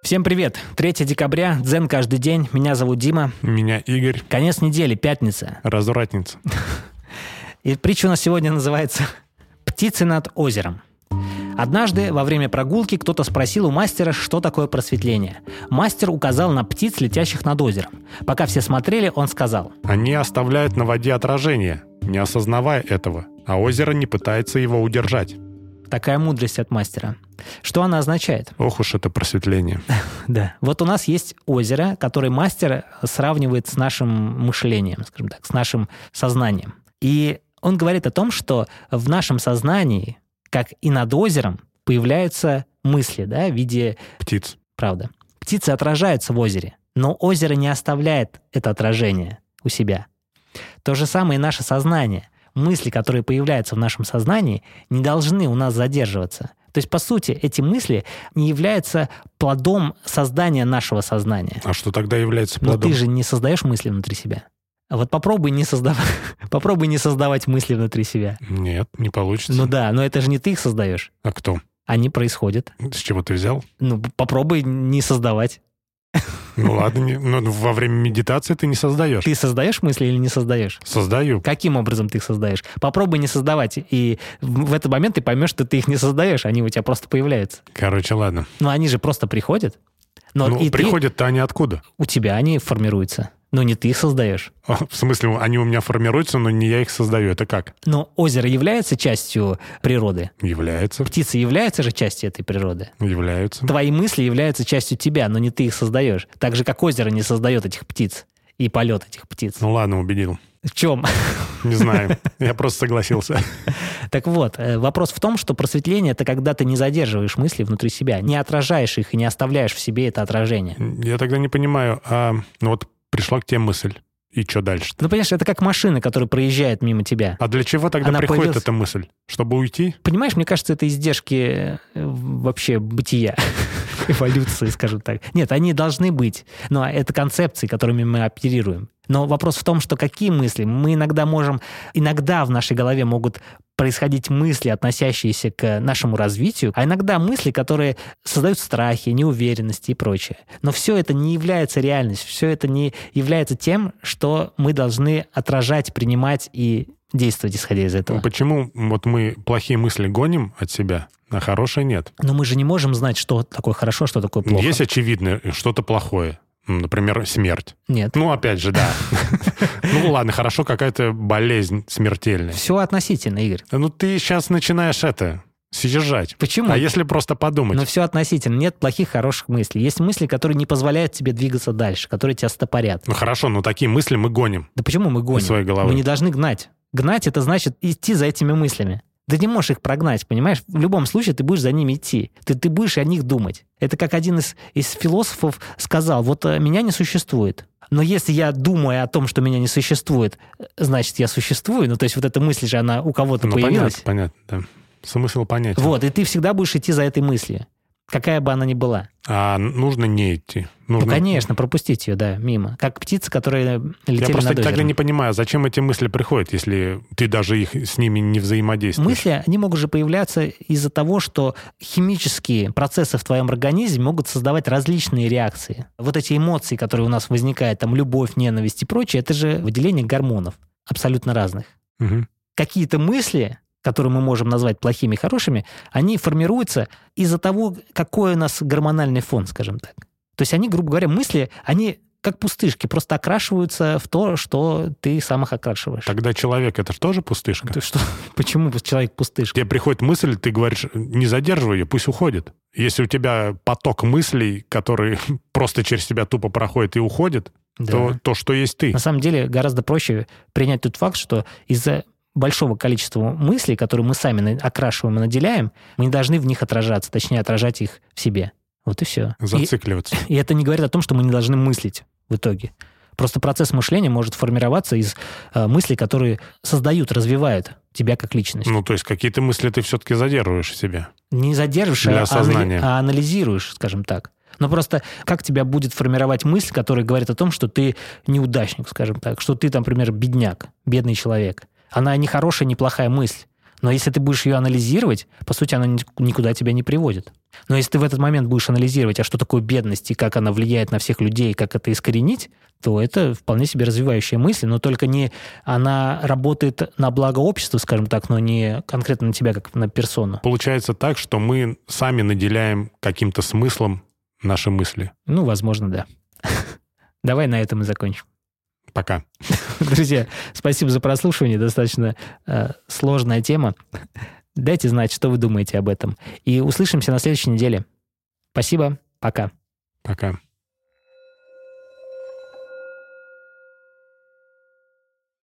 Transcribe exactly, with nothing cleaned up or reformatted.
Всем привет! третьего декабря, дзен каждый день. Меня зовут Дима. Меня Игорь. Конец недели, пятница. Развратница. И притча у нас сегодня называется «Птицы над озером». Однажды во время прогулки кто-то спросил у мастера, что такое просветление. Мастер указал на птиц, летящих над озером. Пока все смотрели, он сказал: Они оставляют на воде отражение, не осознавая этого, а озеро не пытается его удержать. Такая мудрость от мастера. Что она означает? Ох уж это просветление. Да. Вот у нас есть озеро, которое мастер сравнивает с нашим мышлением, скажем так, с нашим сознанием. И он говорит о том, что в нашем сознании, как и над озером, появляются мысли, да, в виде... Птиц. Правда. Птицы отражаются в озере, но озеро не оставляет это отражение у себя. То же самое и наше сознание. Мысли, которые появляются в нашем сознании, не должны у нас задерживаться. То есть, по сути, эти мысли не являются плодом создания нашего сознания. А что тогда является плодом? Но ты же не создаешь мысли внутри себя. А вот попробуй не создавать, попробуй не создавать мысли внутри себя. Нет, не получится. Ну да, но это же не ты их создаешь. А кто? Они происходят. С чего ты взял? Ну, попробуй не создавать. Ну ладно, не, но во время медитации ты не создаешь. Ты создаешь мысли или не создаешь? Создаю. Каким образом ты их создаешь? Попробуй не создавать, и в этот момент ты поймешь, что ты их не создаешь, они у тебя просто появляются. Короче, ладно. Но они же просто приходят. Но ну, и приходят-то они откуда? У тебя они формируются. Но не ты их создаешь. В смысле, они у меня формируются, но не я их создаю. Это как? Но озеро является частью природы? Является. Птицы являются же частью этой природы? Являются. Твои мысли являются частью тебя, но не ты их создаешь. Так же, как озеро не создает этих птиц и полет этих птиц. Ну ладно, убедил. В чем? Не знаю. Я просто согласился. Так вот, вопрос в том, что просветление — это когда ты не задерживаешь мысли внутри себя, не отражаешь их и не оставляешь в себе это отражение. Я тогда не понимаю, а ну вот пришла к тебе мысль. И что дальше? Ну, понимаешь, это как машина, которая проезжает мимо тебя. А для чего тогда Она приходит появилась... эта мысль? Чтобы уйти? Понимаешь, мне кажется, это издержки вообще бытия, эволюции, скажем так. Нет, они должны быть, но это концепции, которыми мы оперируем. Но вопрос в том, что какие мысли? Мы иногда можем... Иногда в нашей голове могут происходить мысли, относящиеся к нашему развитию, а иногда мысли, которые создают страхи, неуверенности и прочее. Но все это не является реальностью, все это не является тем, что мы должны отражать, принимать и действовать, исходя из этого. Почему вот мы плохие мысли гоним от себя, а хорошие нет? Но мы же не можем знать, что такое хорошо, что такое плохо. Есть очевидно что-то плохое. Например, смерть. Нет. Ну, опять же, да. Ну, ладно, хорошо, какая-то болезнь смертельная. Все относительно, Игорь. Ну, ты сейчас начинаешь это... съезжать. Почему? А если просто подумать? Но все относительно. Нет плохих, хороших мыслей. Есть мысли, которые не позволяют тебе двигаться дальше, которые тебя стопорят. Ну, хорошо, но такие мысли мы гоним. Да почему мы гоним? Из своей головы. Мы не должны гнать. Гнать — это значит идти за этими мыслями. Ты не можешь их прогнать, понимаешь? В любом случае ты будешь за ними идти. Ты, ты будешь о них думать. Это как один из, из философов сказал: вот меня не существует. Но если я думаю о том, что меня не существует, значит, я существую. Ну, то есть вот эта мысль же, она у кого-то ну, появилась. Понятно, понятно, да. Смысл понятен. Вот, и ты всегда будешь идти за этой мыслью, какая бы она ни была. А нужно не идти? Нужно... Ну, конечно, пропустить ее, да, мимо. Как птицы, которые летели Я просто над озером. тогда не понимаю, зачем эти мысли приходят, если ты даже их с ними не взаимодействуешь? Мысли, они могут же появляться из-за того, что химические процессы в твоем организме могут создавать различные реакции. Вот эти эмоции, которые у нас возникают, там, любовь, ненависть и прочее, это же выделение гормонов абсолютно разных. Угу. Какие-то мысли, которые мы можем назвать плохими и хорошими, они формируются из-за того, какой у нас гормональный фон, скажем так. То есть они, грубо говоря, мысли, они как пустышки, просто окрашиваются в то, что ты сам их окрашиваешь. Тогда человек — это же тоже пустышка? Ты что? Почему человек пустышка? Тебе приходит мысль, ты говоришь: не задерживай ее, пусть уходит. Если у тебя поток мыслей, которые просто через тебя тупо проходят и уходят, да. то, то что есть ты. На самом деле гораздо проще принять тот факт, что из-за большого количества мыслей, которые мы сами окрашиваем и наделяем, мы не должны в них отражаться, точнее, отражать их в себе. Вот и все. Зацикливаться. И, и это не говорит о том, что мы не должны мыслить в итоге. Просто процесс мышления может формироваться из э, мыслей, которые создают, развивают тебя как личность. Ну, то есть какие-то мысли ты все-таки задерживаешь в себе? Не задерживаешь, Для а, осознания. а анализируешь, скажем так. Но просто как тебя будет формировать мысль, которая говорит о том, что ты неудачник, скажем так, что ты, там, например, бедняк, бедный человек. Она не хорошая, не плохая мысль. Но если ты будешь ее анализировать, по сути, она никуда тебя не приводит. Но если ты в этот момент будешь анализировать, а что такое бедность, и как она влияет на всех людей, как это искоренить, то это вполне себе развивающая мысль, но только не она работает на благо общества, скажем так, но не конкретно на тебя, как на персону. Получается так, что мы сами наделяем каким-то смыслом наши мысли. Ну, возможно, да. Давай на этом и закончим. Пока. Друзья, спасибо за прослушивание. Достаточно э, сложная тема. Дайте знать, что вы думаете об этом. И услышимся на следующей неделе. Спасибо. Пока. Пока.